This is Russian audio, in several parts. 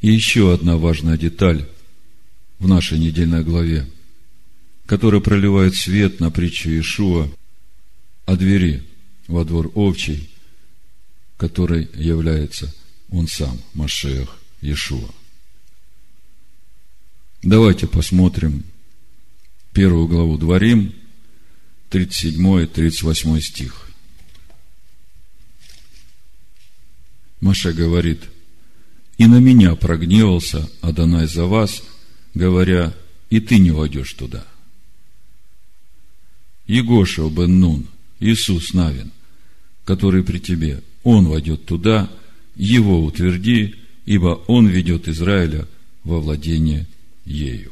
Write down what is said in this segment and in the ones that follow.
И еще одна важная деталь в нашей недельной главе, которая проливает свет на притчу Иешуа о двери во двор овчий, который является он сам, Машиах Иешуа. Давайте посмотрим 1 главу Дворим, 37-38 стих. Моше говорит: «И на меня прогневался Адонай за вас, говоря, и ты не войдешь туда. Егошуа бен Нун, Иисус Навин, который при тебе, он войдет туда, его утверди, ибо он ведет Израиля во владение ею».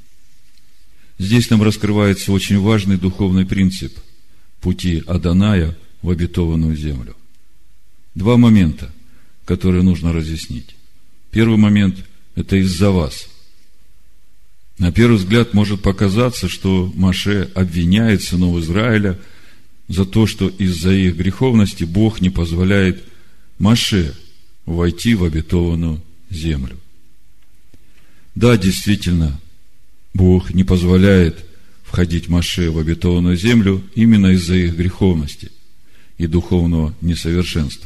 Здесь нам раскрывается очень важный духовный принцип пути Адоная в обетованную землю. Два момента, которые нужно разъяснить. Первый момент – это из-за вас. На первый взгляд может показаться, что Моше обвиняет сынов Израиля за то, что из-за их греховности Бог не позволяет Моше войти в обетованную землю. Да, действительно, Бог не позволяет входить Моше в обетованную землю именно из-за их греховности и духовного несовершенства.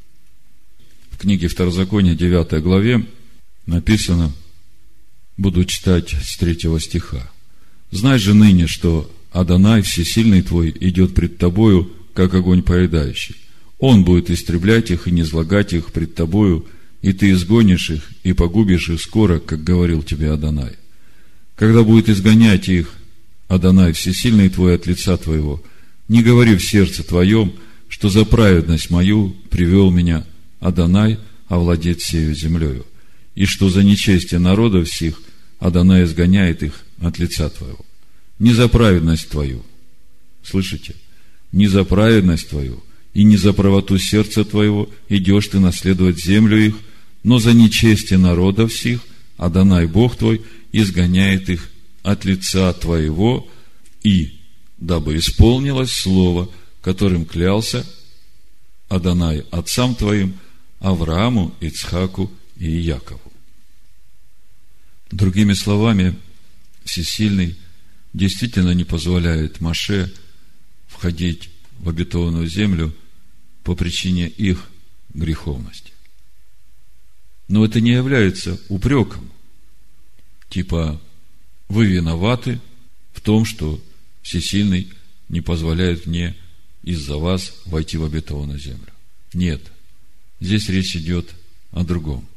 В книге Второзакония, 9 главе, написано, буду читать с 3 стиха. «Знай же ныне, что Адонай, всесильный твой, идет пред тобою, как огонь поедающий. Он будет истреблять их и низлагать их пред тобою, и ты изгонишь их и погубишь их скоро, как говорил тебе Адонай. Когда будет изгонять их Адонай, всесильный твой, от лица твоего, не говори в сердце твоем, что за праведность мою привел меня Адонай овладеть сею землею, и что за нечестие народов сих Адонай изгоняет их от лица твоего. Не за праведность твою, слышите, не за праведность твою и не за правоту сердца твоего идешь ты наследовать землю их, но за нечестие народов сих Адонай Бог твой изгоняет их от лица твоего, и дабы исполнилось слово, которым клялся Адонай отцам твоим, Аврааму, Ицхаку и Якову». Другими словами, Всесильный действительно не позволяет Моше входить в обетованную землю по причине их греховности. Но это не является упреком, типа вы виноваты в том, что Всесильный не позволяет мне из-за вас войти в обетованную землю. Нет, здесь речь идет о другом.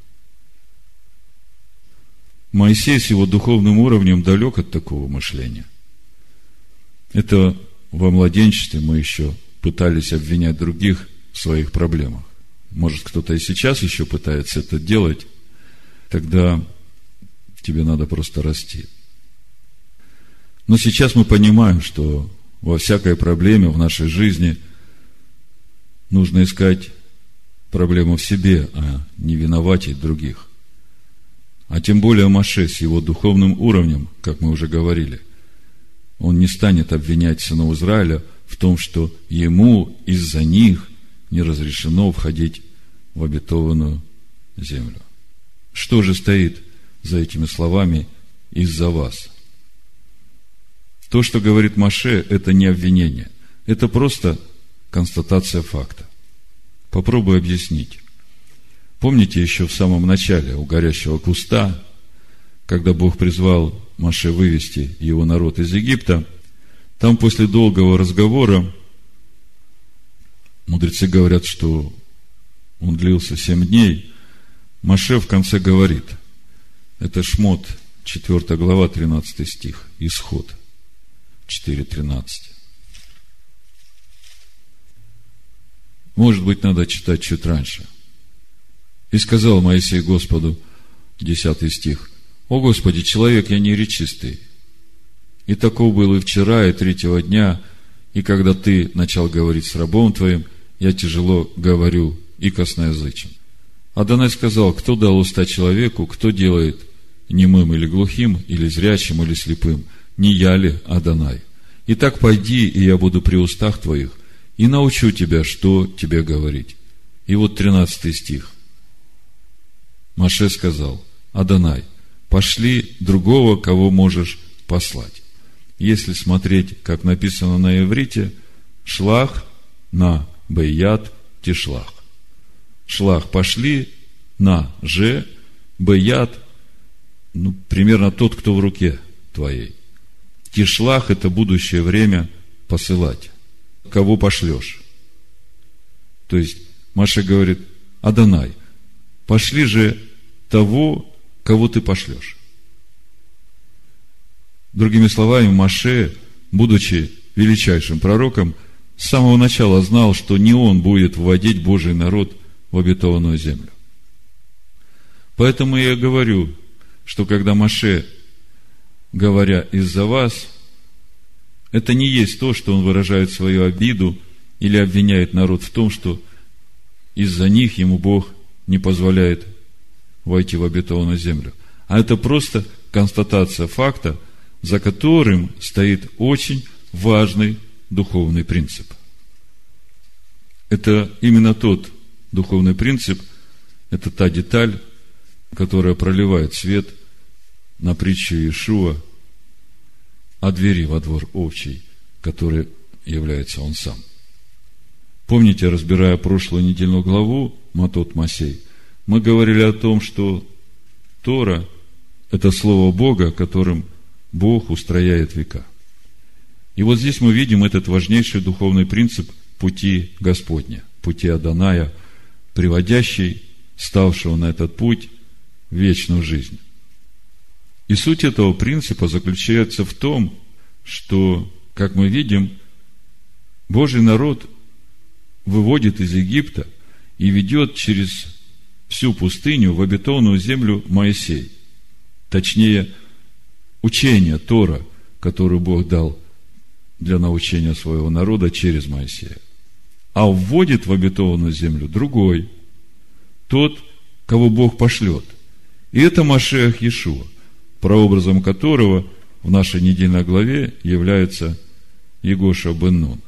Моисей с его духовным уровнем далек от такого мышления. Это во младенчестве мы еще пытались обвинять других в своих проблемах. Может, кто-то и сейчас еще пытается это делать, тогда тебе надо просто расти. Но сейчас мы понимаем, что во всякой проблеме в нашей жизни нужно искать проблему в себе, а не виноватить других. А тем более Моше с его духовным уровнем, как мы уже говорили, он не станет обвинять сынов Израиля в том, что ему из-за них не разрешено входить в обетованную землю. Что же стоит за этими словами «из-за вас»? То, что говорит Моше, это не обвинение. Это просто констатация факта. Попробую объяснить. Помните еще в самом начале у горящего куста, когда Бог призвал Моше вывести его народ из Египта, там после долгого разговора, мудрецы говорят, что он длился 7 дней, Моше в конце говорит, это Шмот, 4 глава, 13 стих, Исход 4:13. Может быть, надо читать чуть раньше. «И сказал Моисей Господу», 10 стих, «О Господи, человек я неречистый, и таков был и вчера, и 3 дня, и когда ты начал говорить с рабом твоим, я тяжело говорю и косноязычен». Адонай сказал, кто дал уста человеку, кто делает немым или глухим, или зрячим, или слепым, не я ли Адонай? Итак, пойди, и я буду при устах твоих, и научу тебя, что тебе говорить. И вот 13 стих. Моше сказал, Адонай, пошли другого, кого можешь послать. Если смотреть, как написано на иврите, шлах на бейят тишлах. Шлах пошли, на же, бейят, примерно тот, кто в руке твоей. Тишлах – это будущее время посылать. Кого пошлешь? То есть, Моше говорит: Адонай, пошли же того, кого ты пошлешь. Другими словами, Моше, будучи величайшим пророком, с самого начала знал, что не он будет вводить Божий народ в обетованную землю. Поэтому я говорю, что когда Моше, говоря «из-за вас», это не есть то, что он выражает свою обиду или обвиняет народ в том, что из-за них ему Бог не позволяет войти в обетованную землю. А это просто констатация факта, за которым стоит очень важный духовный принцип. Это именно тот духовный принцип, это та деталь, которая проливает свет на притчу Иешуа о двери во двор овчий, который является он сам. Помните, разбирая прошлую недельную главу Матот Мосей, мы говорили о том, что Тора – это Слово Бога, которым Бог устрояет века. И вот здесь мы видим этот важнейший духовный принцип пути Господня, пути Адоная, приводящий ставшего на этот путь в вечную жизнь. И суть этого принципа заключается в том, что, как мы видим, Божий народ выводит из Египта и ведет через всю пустыню в обетованную землю Моисей. Точнее, учение Тора, которое Бог дал для научения своего народа через Моисея. А вводит в обетованную землю другой, тот, кого Бог пошлет. И это Машиах Иешуа, прообразом которого в нашей недельной главе является Егоша бен Нун.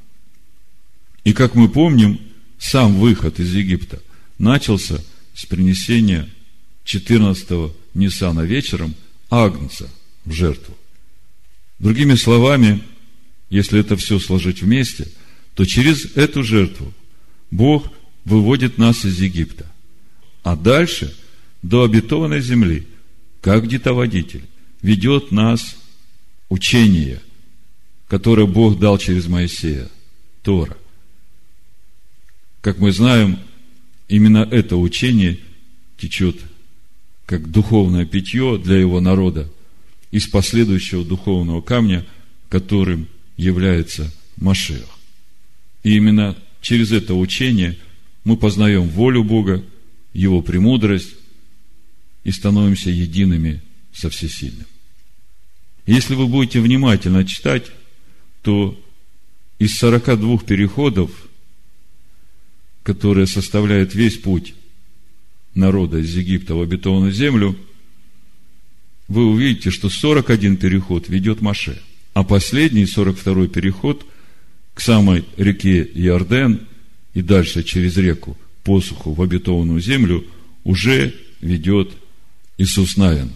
И как мы помним, сам выход из Египта начался с принесения 14-го Ниссана вечером агнца в жертву. Другими словами, если это все сложить вместе, то через эту жертву Бог выводит нас из Египта. А дальше, до обетованной земли, как детоводитель, ведет нас учение, которое Бог дал через Моисея, Тора. Как мы знаем, именно это учение течет как духовное питье для его народа из последующего духовного камня, которым является Машиах. И именно через это учение мы познаем волю Бога, Его премудрость и становимся едиными со Всесильным. Если вы будете внимательно читать, то из 42 переходов, которые составляют весь путь народа из Египта в обетованную землю, вы увидите, что 41 переход ведет Моше, а последний, 42-й переход к самой реке Иорден и дальше через реку посуху в обетованную землю уже ведет Иисус Навин.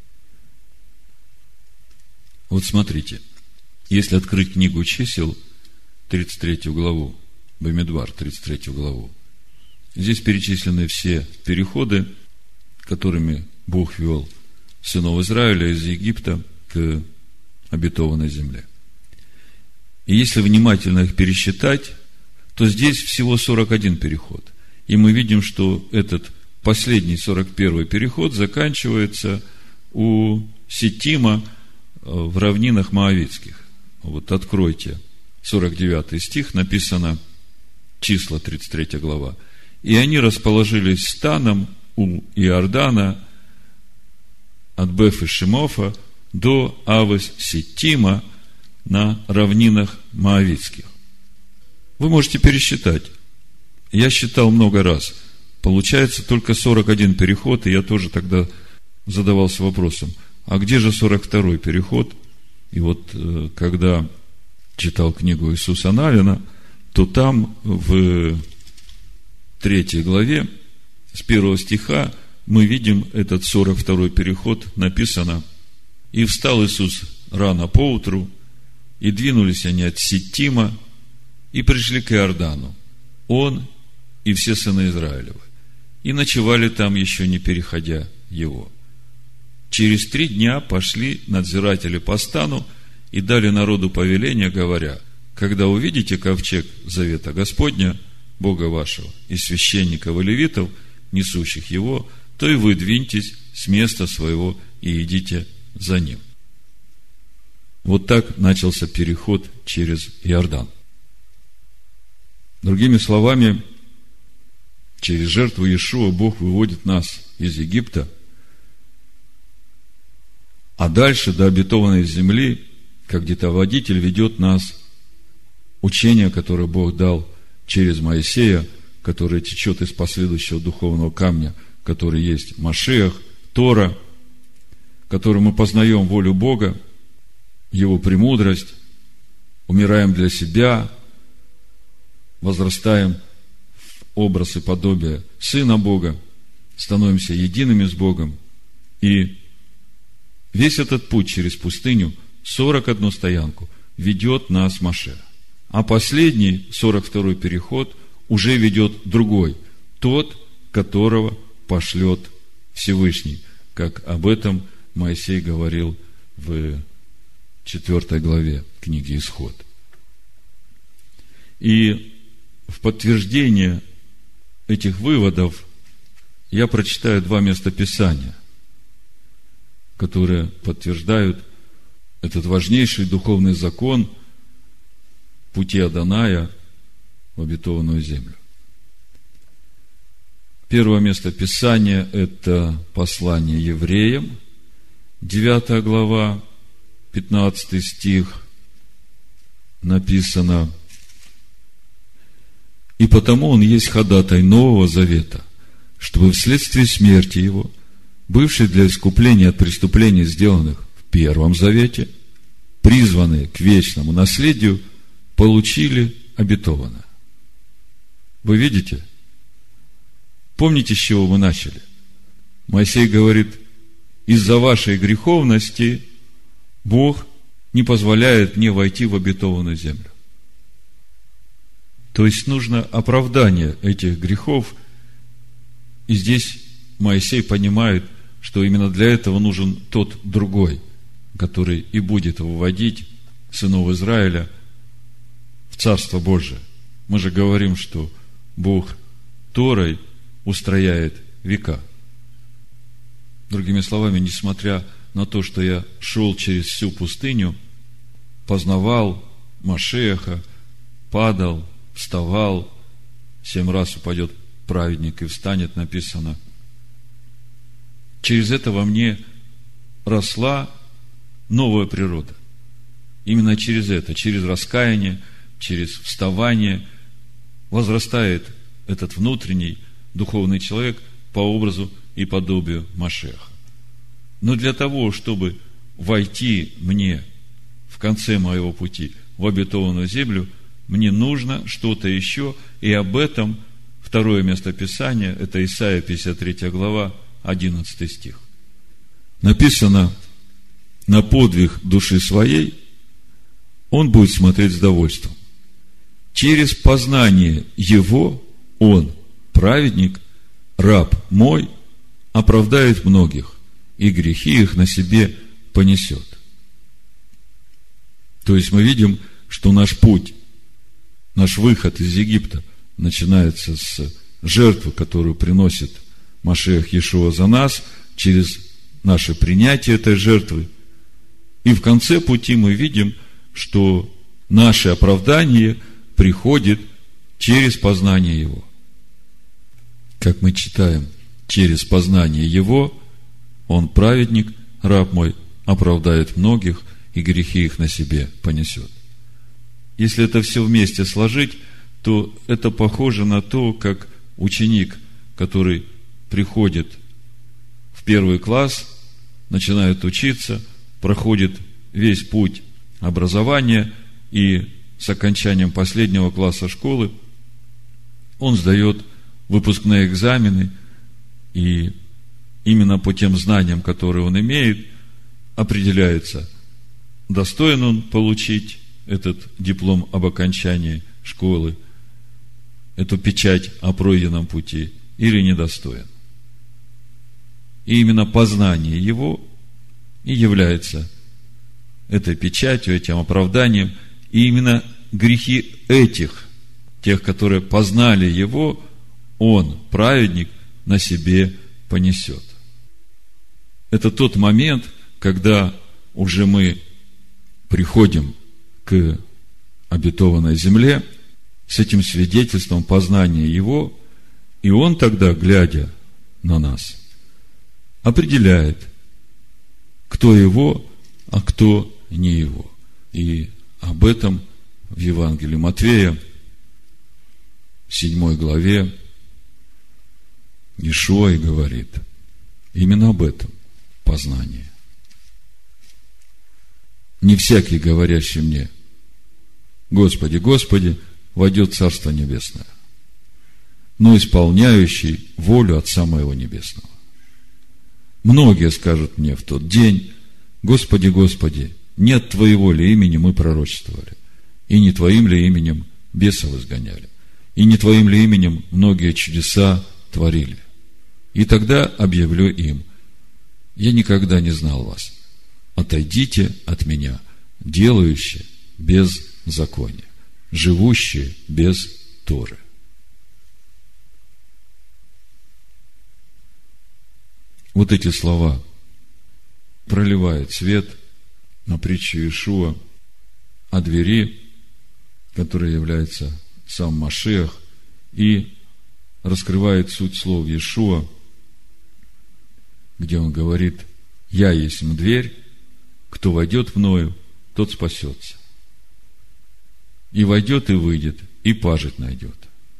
Вот смотрите, если открыть книгу чисел, 33 главу, Бамидбар, 33 главу, здесь перечислены все переходы, которыми Бог вел сынов Израиля из Египта к обетованной земле. И если внимательно их пересчитать, то здесь всего 41 переход. И мы видим, что этот последний 41 переход заканчивается у Ситима в равнинах Моавитских. Вот откройте 49 стих, написано, числа 33 глава. И они расположились станом у Иордана от Беф-и-Шимофа до Авес-Ситима на равнинах Моавитских. Вы можете пересчитать. Я считал много раз. Получается только 41 переход, и я тоже тогда задавался вопросом, а где же 42-й переход? И вот когда читал книгу Иисуса Навина, то там в 3 главе с 1 стиха мы видим этот 42-й переход, написано: «И встал Иисус рано поутру, и двинулись они от Ситтима, и пришли к Иордану, он и все сыны Израилевы, и ночевали там, еще не переходя его. Через 3 дня пошли надзиратели по стану и дали народу повеление, говоря: когда увидите ковчег завета Господня, Бога вашего, и священников и левитов, несущих его, то и вы двиньтесь с места своего и идите за ним». Вот так начался переход через Иордан. Другими словами, через жертву Иешуа Бог выводит нас из Египта, а дальше до обетованной земли, как детоводитель, ведет нас учение, которое Бог дал через Моисея, которое течет из последующего духовного камня, который есть Машиах, Тора, которым мы познаем волю Бога, Его премудрость, умираем для себя, возрастаем в образ и подобие Сына Бога, становимся едиными с Богом. И весь этот путь через пустыню, 41 стоянку, ведет нас Машиах. А последний, 42-й переход, уже ведет другой, тот, которого пошлет Всевышний, как об этом Моисей говорил в 4 главе книги Исход. И в подтверждение этих выводов я прочитаю 2 местописания, которые подтверждают этот важнейший духовный закон пути Адоная в обетованную землю. Первое местописание – это послание евреям, 9 глава, 15 стих, написано: «И потому он есть ходатай Нового Завета, чтобы вследствие смерти его, бывший для искупления от преступлений, сделанных в Первом Завете, призванные к вечному наследию, получили обетованное». Вы видите? Помните, с чего мы начали? Моисей говорит: из-за вашей греховности Бог не позволяет мне войти в обетованную землю. То есть нужно оправдание этих грехов. И здесь Моисей понимает, что именно для этого нужен тот другой, который и будет вводить сынов Израиля в Царство Божие. Мы же говорим, что Бог Торой устрояет века. Другими словами, несмотря на то, что я шел через всю пустыню, познавал Машиаха, падал, вставал, 7 раз упадет праведник и встанет, написано. Через это во мне росла новая природа. Именно через это, через раскаяние, через вставание возрастает этот внутренний духовный человек по образу и подобию Машиаха. Но для того, чтобы войти мне в конце моего пути в обетованную землю, мне нужно что-то еще, и об этом второе местописание, это Исайя 53 глава, 11 стих. Написано: на подвиг души своей он будет смотреть с довольством. Через познание его он, праведник, раб мой, оправдает многих, и грехи их на себе понесет. То есть мы видим, что наш путь, наш выход из Египта начинается с жертвы, которую приносит Машиах Иешуа за нас, через наше принятие этой жертвы. И в конце пути мы видим, что наше оправдание приходит через познание Его. Как мы читаем, через познание Его Он, праведник, раб мой, оправдает многих, и грехи их на себе понесет. Если это все вместе сложить, то это похоже на то, как ученик, который приходит в 1 класс, начинает учиться, проходит весь путь образования, и с окончанием последнего класса школы он сдает выпускные экзамены, и именно по тем знаниям, которые он имеет, определяется, достоин он получить этот диплом об окончании школы, эту печать о пройденном пути, или недостоин. И именно познание его и является этой печатью, этим оправданием, и именно грехи этих, тех, которые познали его, он, праведник, на себе понесет. Это тот момент, когда уже мы приходим к обетованной земле с этим свидетельством познания его, и он тогда, глядя на нас, определяет, кто его, а кто не его. И об этом в Евангелии Матфея, 7 главе, Иешуа и говорит. Именно об этом познании. Не всякий, говорящий мне: Господи, Господи, войдет в Царство Небесное, но исполняющий волю Отца моего Небесного. Многие скажут мне в тот день: Господи, Господи, не от Твоего ли имени мы пророчествовали, и не Твоим ли именем бесов изгоняли, и не Твоим ли именем многие чудеса творили? И тогда объявлю им: я никогда не знал вас. Отойдите от меня, делающие беззаконие, живущие без Торы. Вот эти слова проливают свет на притчу Иешуа о двери, которая является сам Машиах, и раскрывает суть слов Иешуа, где он говорит: «Я есть дверь, кто войдет мною, тот спасется. И войдет, и выйдет, и пажить найдет».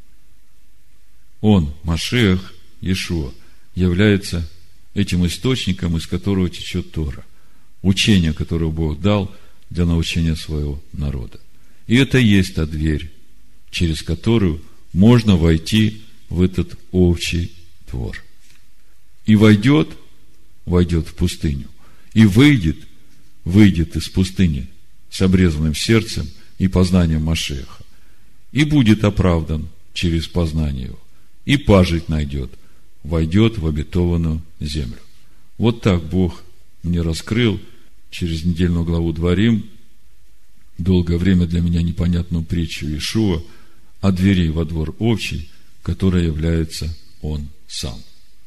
Он, Машиах, Иешуа, является этим источником, из которого течет Тора, учение, которое Бог дал для научения своего народа. И это есть та дверь, через которую можно войти в этот овчий двор. И войдет в пустыню, и выйдет из пустыни с обрезанным сердцем и познанием Машиаха, и будет оправдан через познание его, и пажить найдет, войдет в обетованную землю. Вот так Бог мне раскрыл через недельную главу Дворим долгое время для меня непонятную притчу Иешуа о двери во двор овчий, которая является Он сам.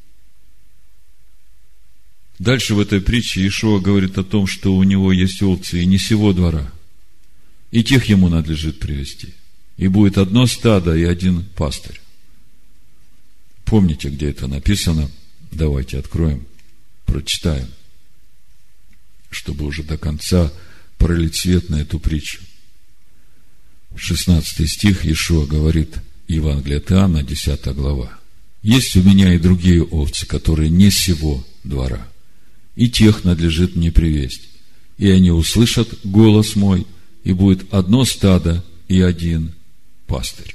Дальше в этой притче Иешуа говорит о том, что у него есть овцы и не сего двора, и тех ему надлежит привести. И будет одно стадо и один пастырь. Помните, где это написано? Давайте откроем, прочитаем, чтобы уже до конца пролить свет на эту притчу. 16 стих, Иешуа говорит, Евангелие от Иоанна, 10 глава. «Есть у меня и другие овцы, которые не сего двора, и тех надлежит мне привесть. И они услышат голос мой, и будет одно стадо и один пастырь».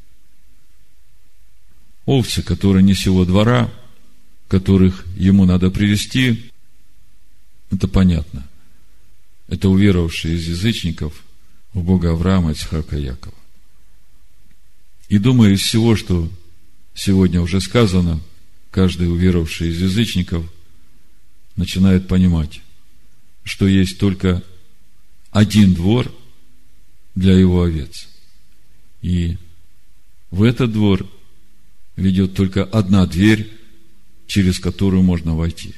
Овцы, которые не сего двора, которых ему надо привести, это понятно. Это уверовавшие из язычников в Бога Авраама, Ицхака и Якова. И думаю, из всего, что сегодня уже сказано, каждый уверовавший из язычников начинает понимать, что есть только один двор для его овец. И в этот двор ведет только одна дверь, через которую можно войти.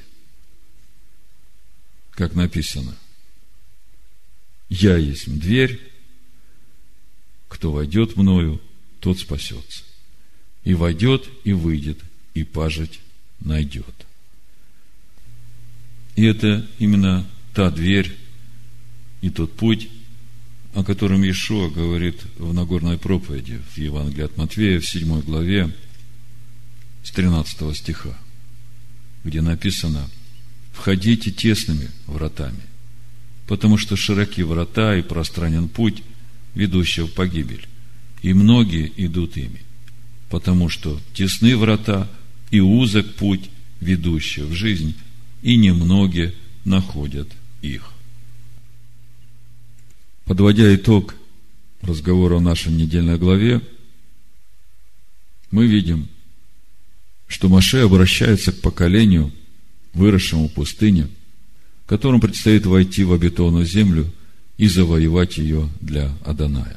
Как написано: «Я есть дверь, кто войдет мною, тот спасется. И войдет, и выйдет, и пажить найдет». И это именно та дверь и тот путь, о котором Иешуа говорит в Нагорной проповеди в Евангелии от Матфея, в 7 главе, с 13 стиха, где написано: «Входите тесными вратами, потому что широки врата и пространен путь, ведущий в погибель, и многие идут ими, потому что тесны врата и узок путь, ведущие в жизнь, и немногие находят их. Подводя итог разговора о нашей недельной главе, мы видим, что Моше обращается к поколению, выросшему в пустыне, которому предстоит войти в обетованную землю и завоевать ее для Адоная.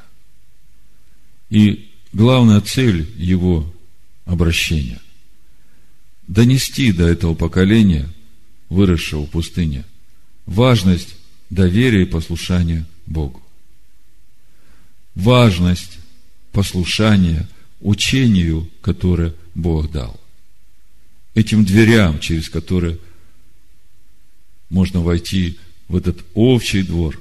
И главная цель его обращения – донести до этого поколения, выросшего в пустыне, важность доверия и послушания Богу. Важность послушания учению, которое Бог дал. Этим дверям, через которые можно войти в этот овчий двор,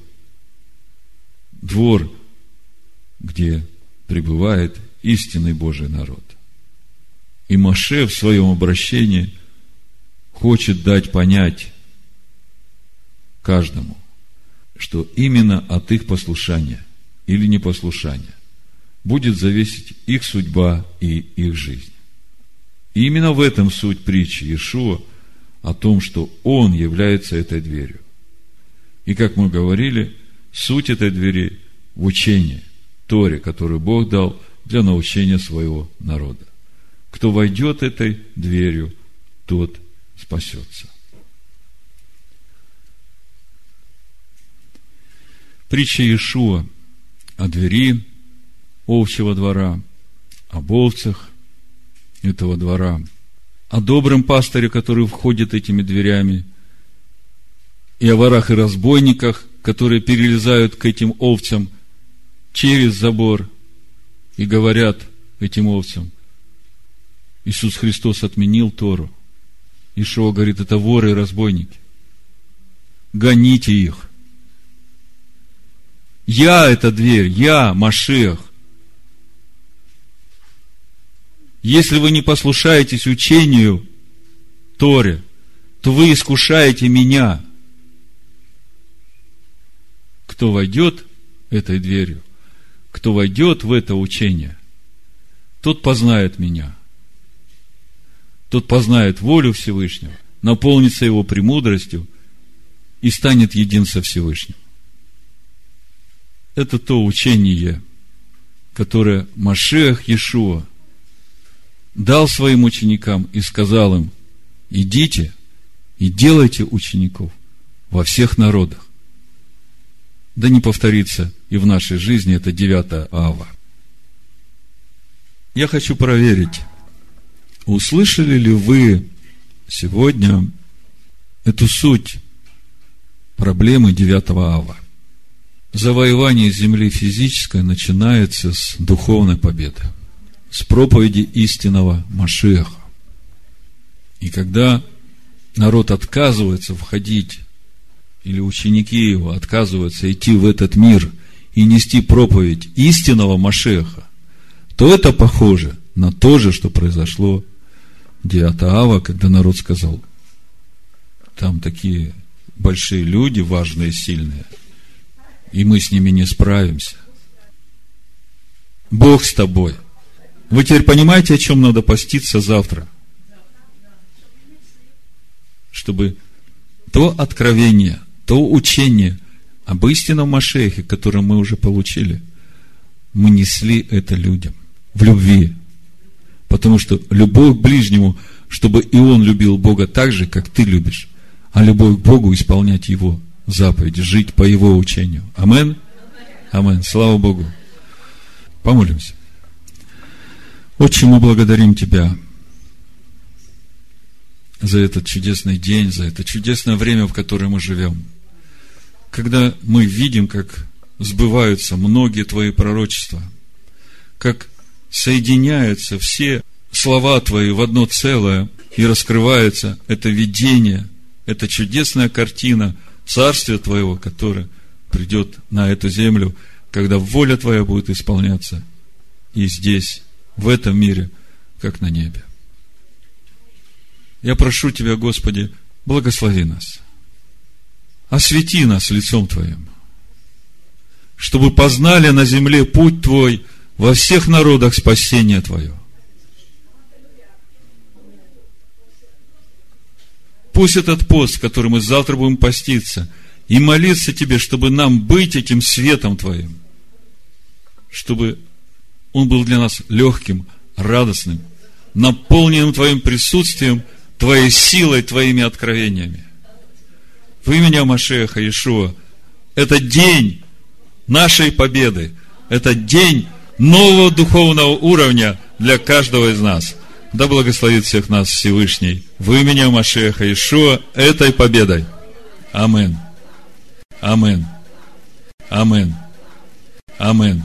двор, где пребывает истинный Божий народ. И Моше в своем обращении хочет дать понять каждому, что именно от их послушания или непослушания будет зависеть их судьба и их жизнь. И именно в этом суть притчи Иешуа о том, что Он является этой дверью. И, как мы говорили, суть этой двери в учении, Торе, которую Бог дал для научения своего народа. Кто войдет этой дверью, тот спасется. Притча Иешуа о двери овчего двора, об овцах этого двора, о добром пастыре, который входит этими дверями, и о ворах и разбойниках, которые перелезают к этим овцам через забор и говорят этим овцам: Иисус Христос отменил Тору. Иешуа говорит: это воры и разбойники. Гоните их. Я эта дверь, я Машиах. Если вы не послушаетесь учению Торе, то вы искушаете меня. Кто войдет этой дверью, кто войдет в это учение, тот познает меня. Тот познает волю Всевышнего, наполнится его премудростью и станет един со Всевышним. Это то учение, которое Машиах Иешуа дал своим ученикам и сказал им: идите и делайте учеников во всех народах. Да не повторится и в нашей жизни это 9 ава. Я хочу проверить, услышали ли вы сегодня эту суть проблемы 9 ава? Завоевание земли физической начинается с духовной победы, с проповеди истинного Машиаха. И когда народ отказывается входить, или ученики его отказываются идти в этот мир и нести проповедь истинного Машиаха, то это похоже на то же, что произошло 9 ава, когда народ сказал: там такие большие люди, важные, сильные, и мы с ними не справимся. Бог с тобой. Вы теперь понимаете, о чем надо поститься завтра? Чтобы то откровение, то учение об истинном Машиахе, которое мы уже получили, мы несли это людям в любви. Потому что любовь к ближнему, чтобы и он любил Бога так же, как ты любишь, а любовь к Богу исполнять Его заповеди, жить по Его учению. Амин? Амин. Слава Богу. Помолимся. Отче, мы благодарим Тебя за этот чудесный день, за это чудесное время, в которое мы живем. Когда мы видим, как сбываются многие Твои пророчества, как соединяются все слова Твои в одно целое, и раскрывается это видение, эта чудесная картина Царствия Твоего, которое придет на эту землю, когда воля Твоя будет исполняться и здесь, в этом мире, как на небе. Я прошу Тебя, Господи, благослови нас, освети нас лицом Твоим, чтобы познали на земле путь Твой во всех народах спасение Твое. Пусть этот пост, в который мы завтра будем поститься, и молиться Тебе, чтобы нам быть этим светом Твоим, чтобы он был для нас легким, радостным, наполненным Твоим присутствием, Твоей силой, Твоими откровениями. В имени Машиаха Иешуа это день нашей победы, это день нового духовного уровня для каждого из нас. Да благословит всех нас Всевышний в имени Машиаха Иешуа этой победой. Амин. Амин. Амин. Амин.